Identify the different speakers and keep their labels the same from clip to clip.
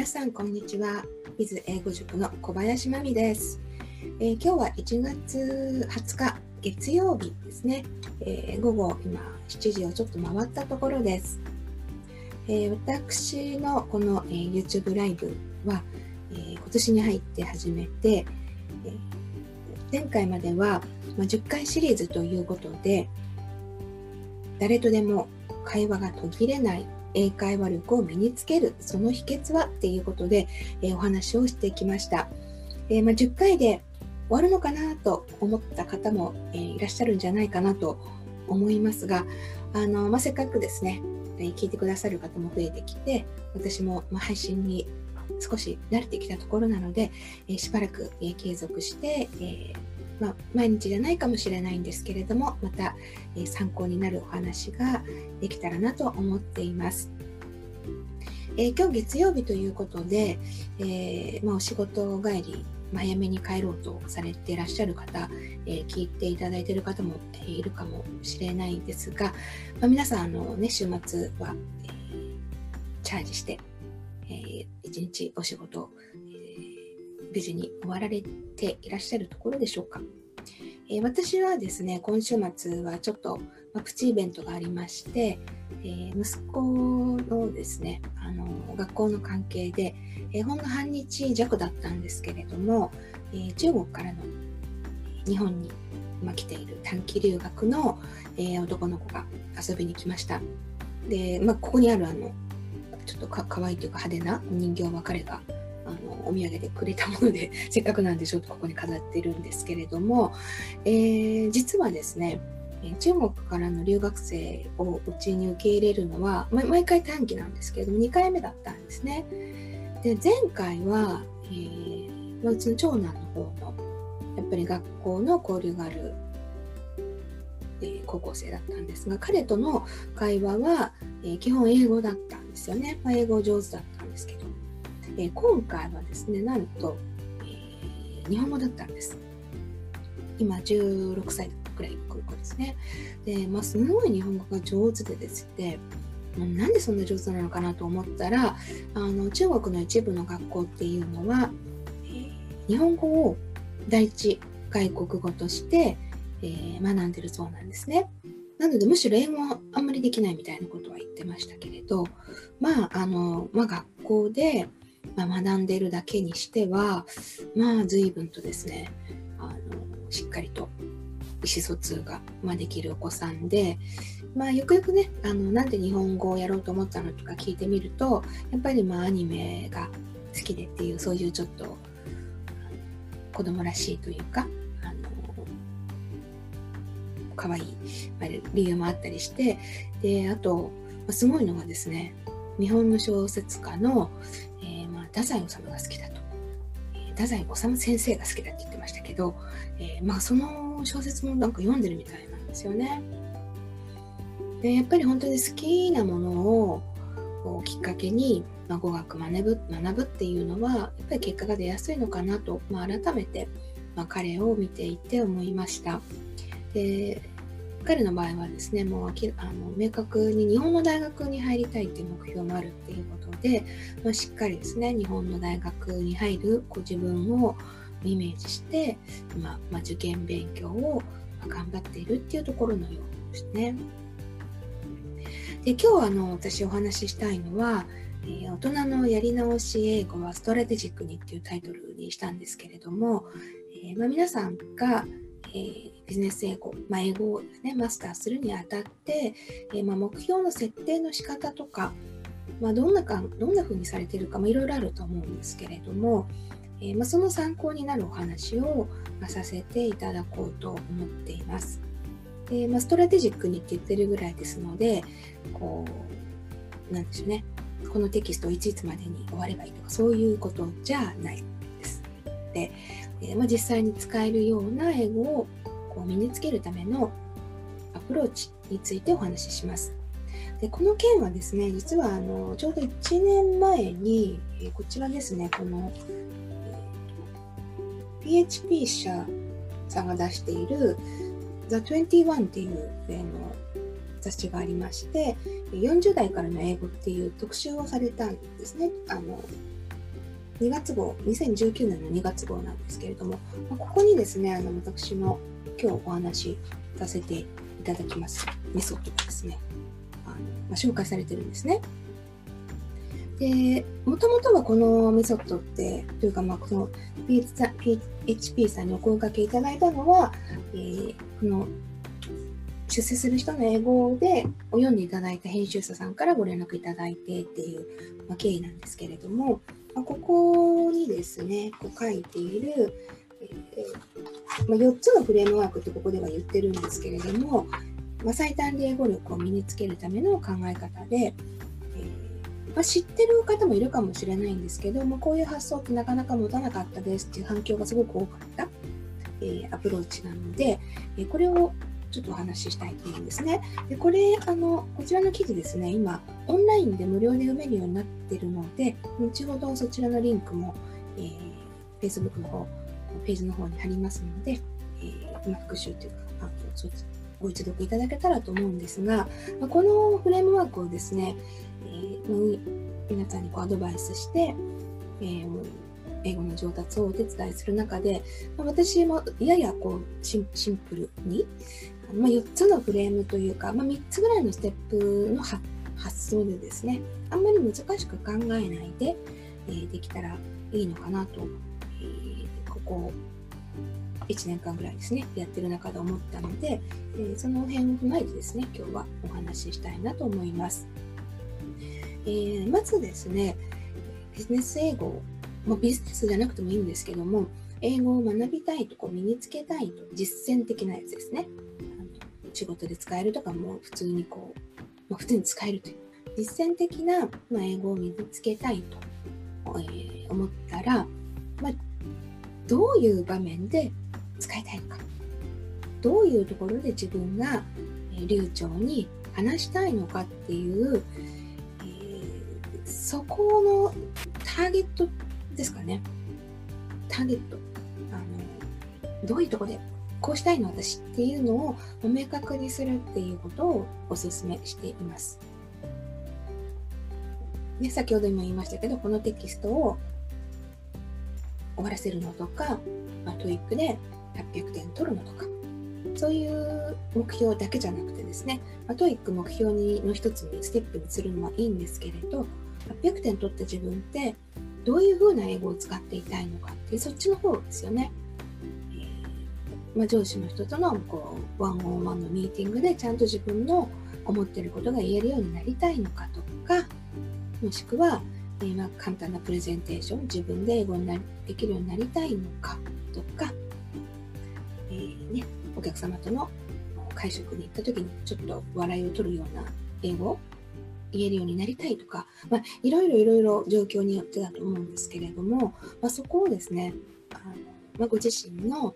Speaker 1: さんこんにちは。Biz 英語塾の小林真美です。今日は1月20日月曜日ですね。午後今7時をちょっと回ったところです。私のこの、YouTube ライブは、今年に入って始めて、前回までは、10回シリーズということで、誰とでも会話が途切れない英会話力を身につけるその秘訣はっていうことで、お話をしてきました。10回で終わるのかなと思った方も、いらっしゃるんじゃないかなと思いますが、せっかくですね、聞いてくださる方も増えてきて、私も、配信に少し慣れてきたところなので、しばらく、継続して、毎日じゃないかもしれないんですけれども、また、参考になるお話ができたらなと思っています。今日月曜日ということで、お仕事帰り早めに帰ろうとされていらっしゃる方、聞いていただいている方も、いるかもしれないですが、皆さん週末は、チャージして、一日お仕事、無事に終わられていらっしゃるところでしょうか。私はですね、今週末はちょっと、プチイベントがありまして、息子のですね、学校の関係で、ほんの半日弱だったんですけれども、中国からの日本に来ている短期留学の、男の子が遊びに来ました。で、ここにあるちょっとかわいいというか派手なお人形は彼がお土産でくれたものでせっかくなんでちょっとここに飾ってるんですけれども、実はですね、中国からの留学生をうちに受け入れるのは、毎回短期なんですけれども2回目だったんですね。で、前回は、うちの長男の方のやっぱり学校の交流がある、高校生だったんですが、彼との会話は、基本英語だったんですよね。英語上手だったんですけど、今回はですね、なんと、日本語だったんです。今16歳くらいの子ですね。で、すごい日本語が上手でですね、なんでそんな上手なのかなと思ったら、中国の一部の学校っていうのは、日本語を第一外国語として、学んでるそうなんですね。なのでむしろ英語はあんまりできないみたいなことは言ってましたけれど、学校で学んでいるだけにしては、随分とですね、しっかりと意思疎通が、できるお子さんで、よくよくね、なんで日本語をやろうと思ったのとか聞いてみると、やっぱりアニメが好きでっていう、そういうちょっと子供らしいというか、可愛い理由もあったりして、で、あと、すごいのがですね、日本の小説家の、太宰治が好きだと、太宰治先生が好きだって言ってましたけど、その小説もなんか読んでるみたいなんですよね。で、やっぱり本当に好きなものをきっかけに、語学学ぶっていうのはやっぱり結果が出やすいのかなと、改めて、彼を見ていて思いました。で、彼の場合はですね、もう明確に日本の大学に入りたいっていう目標もあるっていうことで、しっかりですね、日本の大学に入る自分をイメージして、受験勉強を頑張っているっていうところのようですね。で、今日私お話ししたいのは、大人のやり直し英語はストラテジックにっていうタイトルにしたんですけれども、皆さんがビジネス英語、英語をですね、マスターするにあたって、目標の設定の仕方とか、どんな風にされているか、いろいろあると思うんですけれども、その参考になるお話を、させていただこうと思っています。で、ストラテジックにって言ってるぐらいですので、なんでしょうね、このテキストをいついつまでに終わればいいとか、そういうことじゃないです。で、実際に使えるような英語を身につけるためのアプローチについてお話しします。で、この件はですね、実はちょうど1年前に、こちらですね、この、PHP 社さんが出している The 21っていう雑誌がありまして、40代からの英語っていう特集をされたんですね。 2月号、2019年の2月号なんですけれども、ここにですね、私の今日お話しさせていただきますメソッドがですね、紹介されてるんですね。で、もともとはこのメソッドって、というか、この PHP さんにお声掛けいただいたのは、この出世する人の英語で読んでいただいた編集者さんからご連絡いただいてっていう、経緯なんですけれども、ここにですね、こう書いている、4つのフレームワークってここでは言ってるんですけれども、最短で英語力を身につけるための考え方で、知ってる方もいるかもしれないんですけども、こういう発想ってなかなか持たなかったですっていう反響がすごく多かった、アプローチなので、これをちょっとお話ししたいと思うんですね。で、こちらの記事ですね、今オンラインで無料で読めるようになっているので、後ほどそちらのリンクも、Facebook の方、ページの方に貼りますので、復習というか、ご一読いただけたらと思うんですが、このフレームワークをですね、皆さんにアドバイスして、英語の上達をお手伝いする中で、私もややシンプルに、4つのフレームというか、3つぐらいのステップの発想でですね、あんまり難しく考えないで、できたらいいのかなと、ここ1年間ぐらいですね、やってる中で思ったので、その辺を踏まえてですね、今日はお話ししたいなと思います。まずですね、ビジネス英語、ビジネスじゃなくてもいいんですけども、英語を学びたいと身につけたいと、実践的なやつですね。仕事で使えるとかも普通に普通に使えるという実践的な英語を身につけたいと思ったら、どういう場面で使いたいのか、どういうところで自分が流暢に話したいのかっていうそこのターゲットですかね。ターゲット。どういうところでこうしたいの私っていうのを明確にするっていうことをお勧めしています。で、先ほども言いましたけど、このテキストを終わらせるのとか、TOEIC で800点取るのとか、そういう目標だけじゃなくてですね、TOEIC 目標の一つにステップにするのはいいんですけれど、800点取った自分ってどういう風な英語を使っていたいのかっていうそっちの方ですよね。上司の人とのワンオンワンのミーティングでちゃんと自分の思っていることが言えるようになりたいのかとか、もしくは、簡単なプレゼンテーション自分で英語にできるようになりたいのかとか、お客様との会食に行った時にちょっと笑いを取るような英語を言えるようになりたいとか、いろいろ状況によってだと思うんですけれども、そこをですね、ご自身の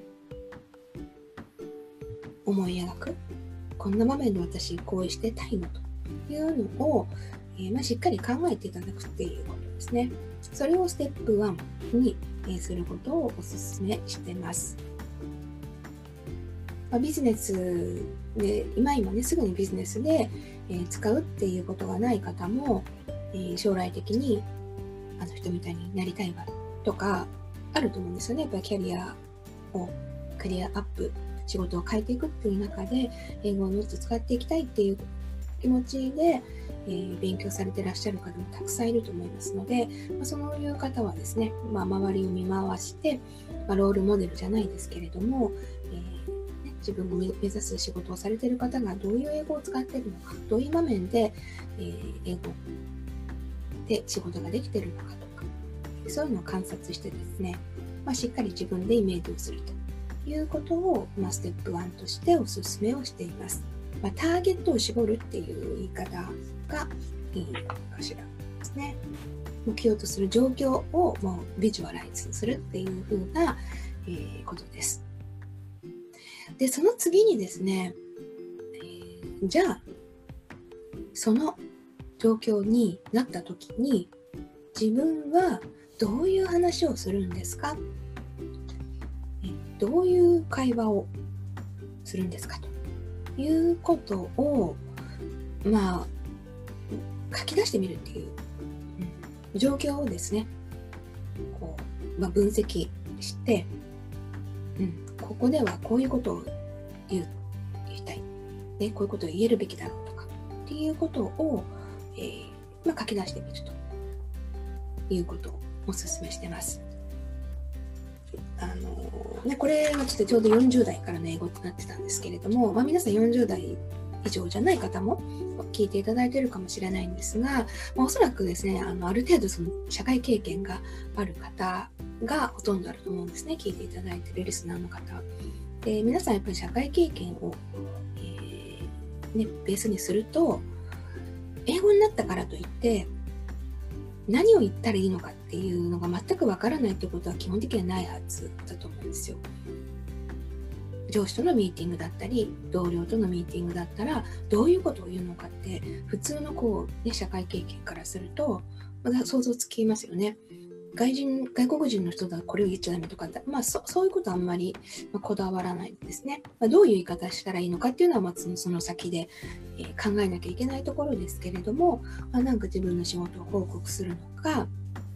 Speaker 1: 思い描く、こんな場面で私こうしてたいのというのを、しっかり考えていただくっていうことですね。それをステップ1にすることをお勧めしています。ビジネスで今ねすぐにビジネスで使うっていうことがない方も、将来的にあの人みたいになりたいわとかあると思うんですよね。やっぱりキャリアをクリアアップ、仕事を変えていくっていう中で英語をもっと使っていきたいっていう気持ちで、勉強されてらっしゃる方もたくさんいると思いますので、そういう方はですね、周りを見回して、ロールモデルじゃないですけれども、自分が目指す仕事をされている方がどういう英語を使っているのか、どういう場面で、英語で仕事ができているのかとか、そういうのを観察してですね、しっかり自分でイメージをするということを、ステップ1としてお勧めをしています。ターゲットを絞るっていう言い方がいいかしらですね。目標とする状況をもうビジュアライズするっていう風な、ことです。で、その次にですね、じゃあその状況になった時に自分はどういう話をするんですか、どういう会話をするんですかということを書き出してみるっていう、状況をですね分析して、ここではこういうことを言いたい、ね、こういうことを言えるべきだろうとかっていうことを、書き出してみるということをお勧めしてます。これはちょうど40代からの英語となってたんですけれども、皆さん40代以上じゃない方も聞いていただいているかもしれないんですが、おそらくですね、ある程度その社会経験がある方がほとんどあると思うんですね。聞いていただいているリスナーの方で、皆さんやっぱり社会経験を、ベースにすると、英語になったからといって何を言ったらいいのかっていうのが全くわからないということは基本的にはないはずだと思うんですよ。上司とのミーティングだったり同僚とのミーティングだったらどういうことを言うのかって普通の社会経験からすると想像つきますよね。外国人の人だこれを言っちゃダメとか、そういうことはあんまりこだわらないですね。どういう言い方したらいいのかっていうのはその先で考えなきゃいけないところですけれども、なんか自分の仕事を報告するのか、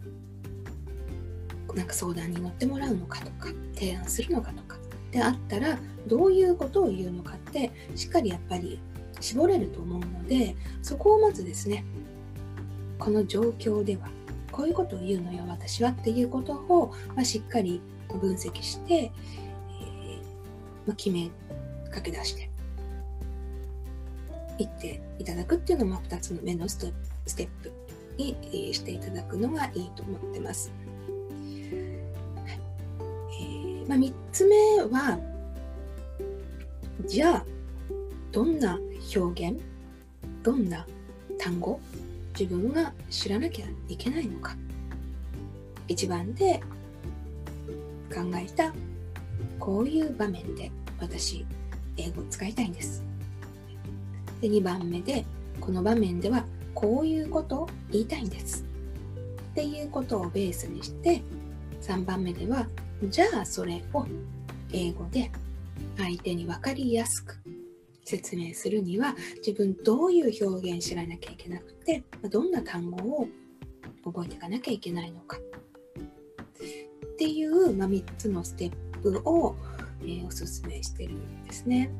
Speaker 1: なんか相談に乗ってもらうのかとか、提案するのかとかであったらどういうことを言うのかってしっかりやっぱり絞れると思うので、そこをまずですね、この状況ではこういうことを言うのよ私はっていうことを、しっかり分析して、決め書き出していっていただくっていうのも2つ目のステップにしていただくのがいいと思ってます。3つ目は、じゃあどんな表現、どんな単語自分が知らなきゃいけないのか。1番で考えたこういう場面で私英語を使いたいんです。で2番目でこの場面ではこういうことを言いたいんですっていうことをベースにして、3番目ではじゃあそれを英語で相手に分かりやすく説明するには自分どういう表現知らなきゃいけなくて、どんな単語を覚えていかなきゃいけないのかっていう、3つのステップを、おすすめしてるんですね。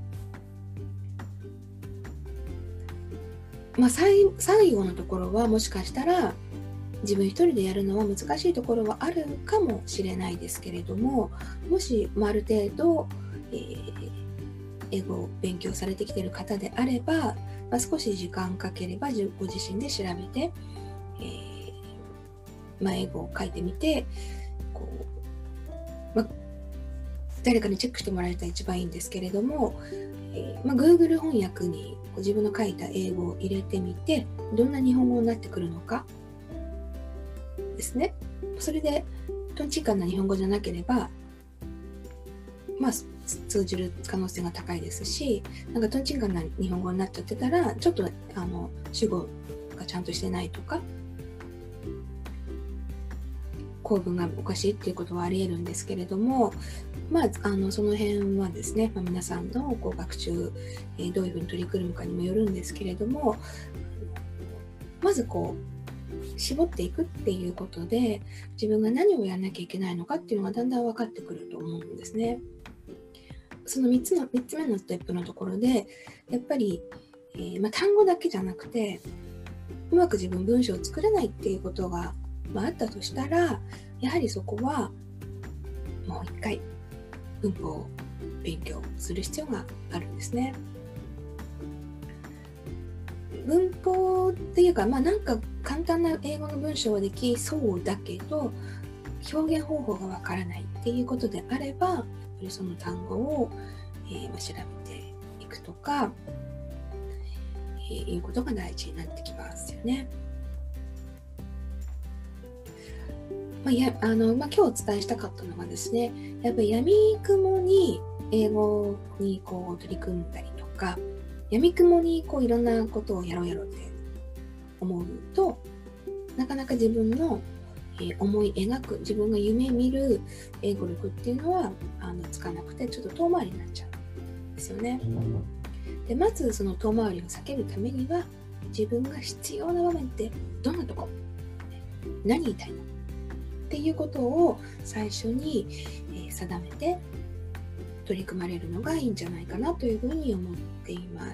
Speaker 1: 最後のところはもしかしたら自分一人でやるのは難しいところはあるかもしれないですけれども、もしある程度、英語を勉強されてきている方であれば、少し時間かければご自身で調べて、英語を書いてみて誰かにチェックしてもらえたら一番いいんですけれども、Google 翻訳に自分の書いた英語を入れてみてどんな日本語になってくるのかですね。それでトンチンカンな日本語じゃなければ通じる可能性が高いですし、なんかトンチンカンな日本語になっちゃってたらちょっと主語がちゃんとしてないとか構文がおかしいっていうことはあり得るんですけれども、その辺はですね、皆さんの学習、どういうふうに取り組むかにもよるんですけれども、まず絞っていくっていうことで自分が何をやらなきゃいけないのかっていうのがだんだん分かってくると思うんですね。その3つ目のステップのところでやっぱり、単語だけじゃなくてうまく自分文章を作れないっていうことが、あったとしたら、やはりそこはもう一回文法を勉強する必要があるんですね。文法っていうか、なんか簡単な英語の文章はできそうだけど表現方法がわからないっていうことであれば、やっぱりその単語を、調べていくとか、いうことが大事になってきますよね。今日お伝えしたかったのはですね、やっぱり闇雲に英語に取り組んだりとか、闇雲にいろんなことをやろうって思うと、なかなか自分の思い描く、自分が夢見る英語力っていうのはつかなくて、ちょっと遠回りになっちゃうんですよね。でまずその遠回りを避けるためには、自分が必要な場面ってどんなとこ、何言いたいの、 っていうことを最初に、定めて取り組まれるのがいいんじゃないかなというふうに思っています。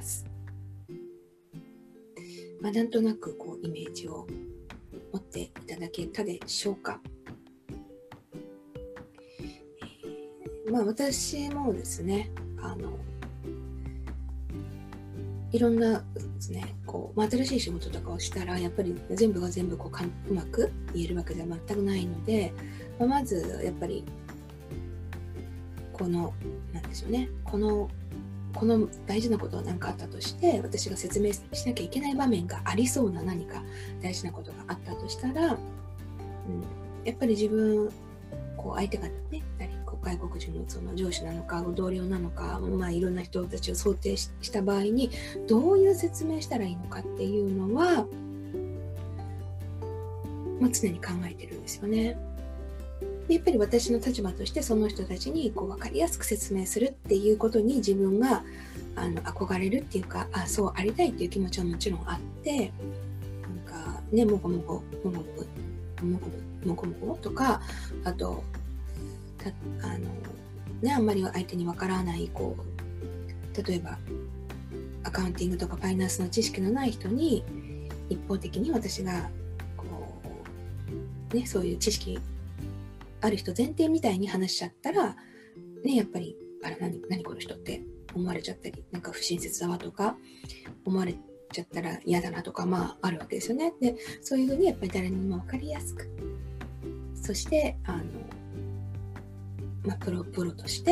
Speaker 1: なんとなくイメージを持っていただけたでしょうか。私もですね、いろんなですね、新しい仕事とかをしたらやっぱり全部が全部うまく言えるわけでは全くないので、まずやっぱりなんでしょうね、この大事なことが何かあったとして、私が説明しなきゃいけない場面がありそうな何か大事なことがあったとしたら、やっぱり自分相手がね、外国人のその上司なのか同僚なのか、いろんな人たちを想定した場合にどういう説明したらいいのかっていうのは、常に考えてるんですよね。でやっぱり私の立場としてその人たちに分かりやすく説明するっていうことに自分が憧れるっていうか、そうありたいっていう気持ちはもちろんあって、もこもことか、あとあんまり相手にわからない例えばアカウンティングとかファイナンスの知識のない人に一方的に私がそういう知識ある人前提みたいに話しちゃったら、やっぱり何この人って思われちゃったり、不親切だわとか思われちゃったら嫌だなとかあるわけですよね。でそういうふうにやっぱり誰にも分かりやすく、そしてプロとして、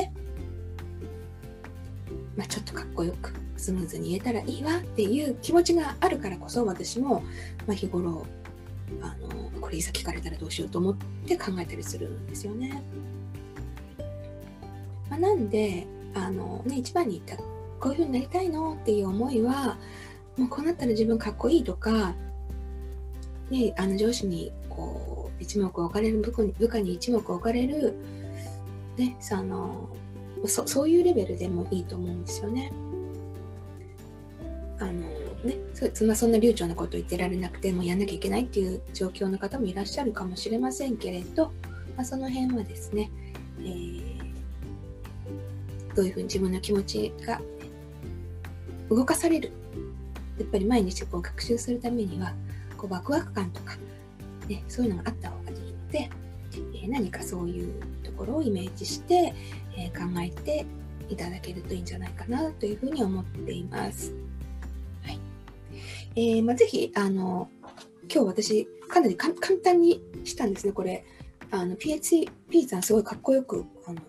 Speaker 1: ちょっとかっこよくスムーズに言えたらいいわっていう気持ちがあるからこそ、私も、日頃これいざ聞かれたらどうしようと思って考えたりするんですよね。なんで一番に言ったこういう風になりたいのっていう思いは、もうこうなったら自分かっこいいとか、上司に一目置かれる、部下に一目置かれる、そういうレベルでもいいと思うんですよね。そんな流暢なことを言ってられなくてもやんなきゃいけないっていう状況の方もいらっしゃるかもしれませんけれど、その辺はですね、どういうふうに自分の気持ちが動かされる、やっぱり毎日学習するためにはワクワク感とか、そういうのがあった方がいいので、何かそういうところをイメージして、考えていただけるといいんじゃないかなというふうに思っています。ぜひ今日私かなり簡単にしたんですね。これPHP さんすごいかっこよく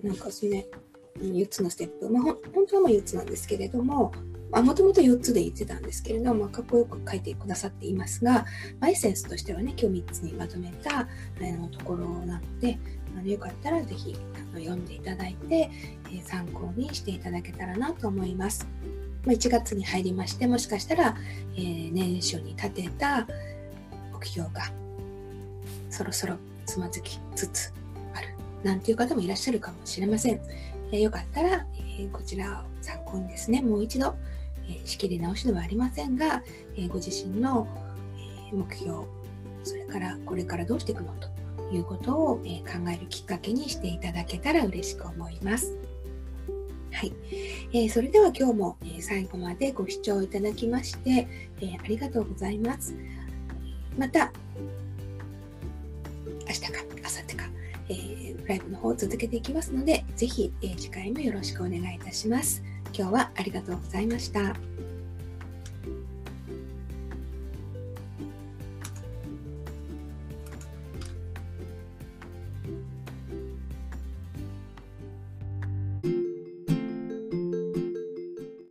Speaker 1: 4つのステップ、本当は4つなんですけれども、もともと4つで言ってたんですけれども、かっこよく書いてくださっていますが、エッセンスとしてはね、今日3つにまとめたところなので、よかったらぜひ読んでいただいて、参考にしていただけたらなと思います。1月に入りまして、もしかしたら、年初に立てた目標がそろそろつまずきつつあるなんていう方もいらっしゃるかもしれません。よかったら、こちらを参考にですね、もう一度、仕切り直しではありませんが、ご自身の、目標、それからこれからどうしていくのということを、考えるきっかけにしていただけたら嬉しく思います。はい、それでは今日も、最後までご視聴いただきまして、ありがとうございます。また明日か明後日か、ライブの方を続けていきますので、ぜひ、次回もよろしくお願いいたします。今日はありがとうございました。